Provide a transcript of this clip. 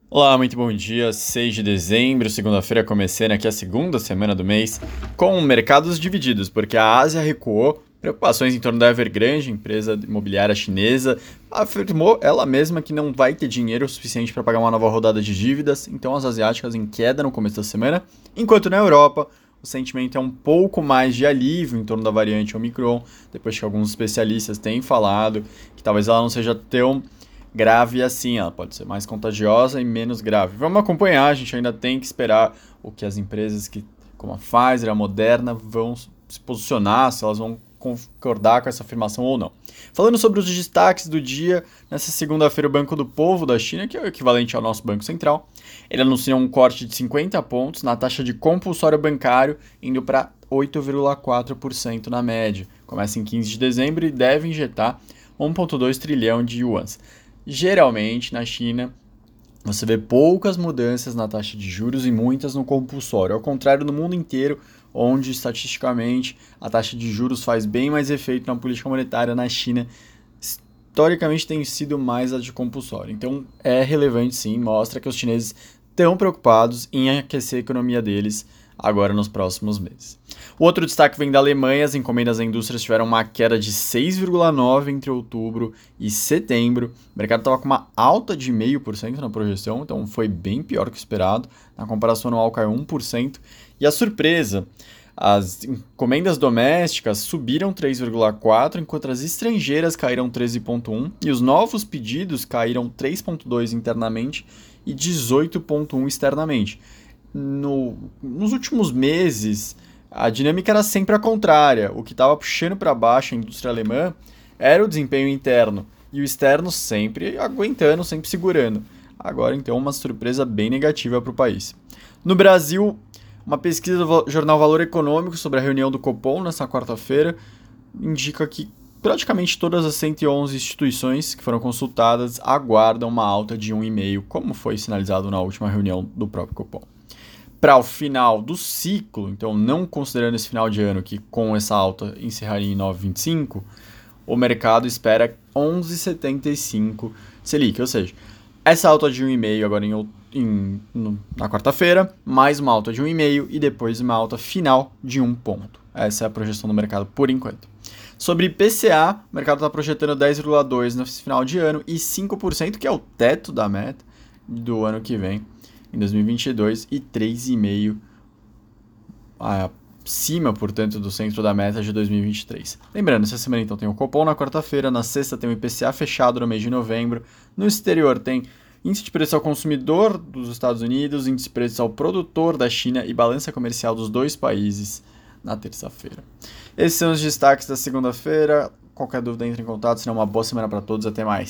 Olá, muito bom dia. 6 de dezembro, segunda-feira, começando aqui a segunda semana do mês, com mercados divididos, porque a Ásia recuou, preocupações em torno da Evergrande, empresa imobiliária chinesa, afirmou ela mesma que não vai ter dinheiro suficiente para pagar uma nova rodada de dívidas, então as asiáticas em queda no começo da semana, enquanto na Europa o sentimento é um pouco mais de alívio em torno da variante Omicron, depois que alguns especialistas têm falado que talvez ela não seja tão grave assim, ela pode ser mais contagiosa e menos grave. Vamos acompanhar, a gente ainda tem que esperar o que as empresas como a Pfizer, a Moderna, vão se posicionar, se elas vão concordar com essa afirmação ou não. Falando sobre os destaques do dia, nessa segunda-feira o Banco do Povo da China, que é o equivalente ao nosso Banco Central, ele anunciou um corte de 50 pontos na taxa de compulsório bancário, indo para 8,4% na média. Começa em 15 de dezembro e deve injetar 1,2 trilhão de yuans. Geralmente, na China, você vê poucas mudanças na taxa de juros e muitas no compulsório. Ao contrário do mundo inteiro, onde estatisticamente a taxa de juros faz bem mais efeito na política monetária, na China, historicamente tem sido mais a de compulsório. Então, é relevante sim, mostra que os chineses estão preocupados em aquecer a economia deles agora nos próximos meses. O outro destaque vem da Alemanha, as encomendas à indústria tiveram uma queda de 6,9% entre outubro e setembro. O mercado estava com uma alta de 0,5% na projeção, então foi bem pior que o esperado. Na comparação anual caiu 1%. E a surpresa, as encomendas domésticas subiram 3,4%, enquanto as estrangeiras caíram 13,1%, e os novos pedidos caíram 3,2% internamente e 18,1% externamente. Nos últimos meses, a dinâmica era sempre a contrária. O que estava puxando para baixo a indústria alemã era o desempenho interno e o externo sempre aguentando, sempre segurando. Agora, então, uma surpresa bem negativa para o país. No Brasil, uma pesquisa do jornal Valor Econômico sobre a reunião do Copom nessa quarta-feira indica que praticamente todas as 111 instituições que foram consultadas aguardam uma alta de 1,5%, como foi sinalizado na última reunião do próprio Copom. Para o final do ciclo, então não considerando esse final de ano que com essa alta encerraria em 9,25, o mercado espera 11,75 Selic, ou seja, essa alta de 1,5 agora na quarta-feira, mais uma alta de 1,5 e depois uma alta final de 1 ponto. Essa é a projeção do mercado por enquanto. Sobre IPCA, o mercado está projetando 10,2% nesse final de ano e 5%, que é o teto da meta do ano que vem, em 2022, e 3,5% acima, portanto, do centro da meta de 2023. Lembrando, essa semana então tem o Copom na quarta-feira, na sexta tem o IPCA fechado no mês de novembro, no exterior tem índice de preço ao consumidor dos Estados Unidos, índice de preço ao produtor da China e balança comercial dos dois países na terça-feira. Esses são os destaques da segunda-feira. Qualquer dúvida, entre em contato, senão uma boa semana para todos, até mais.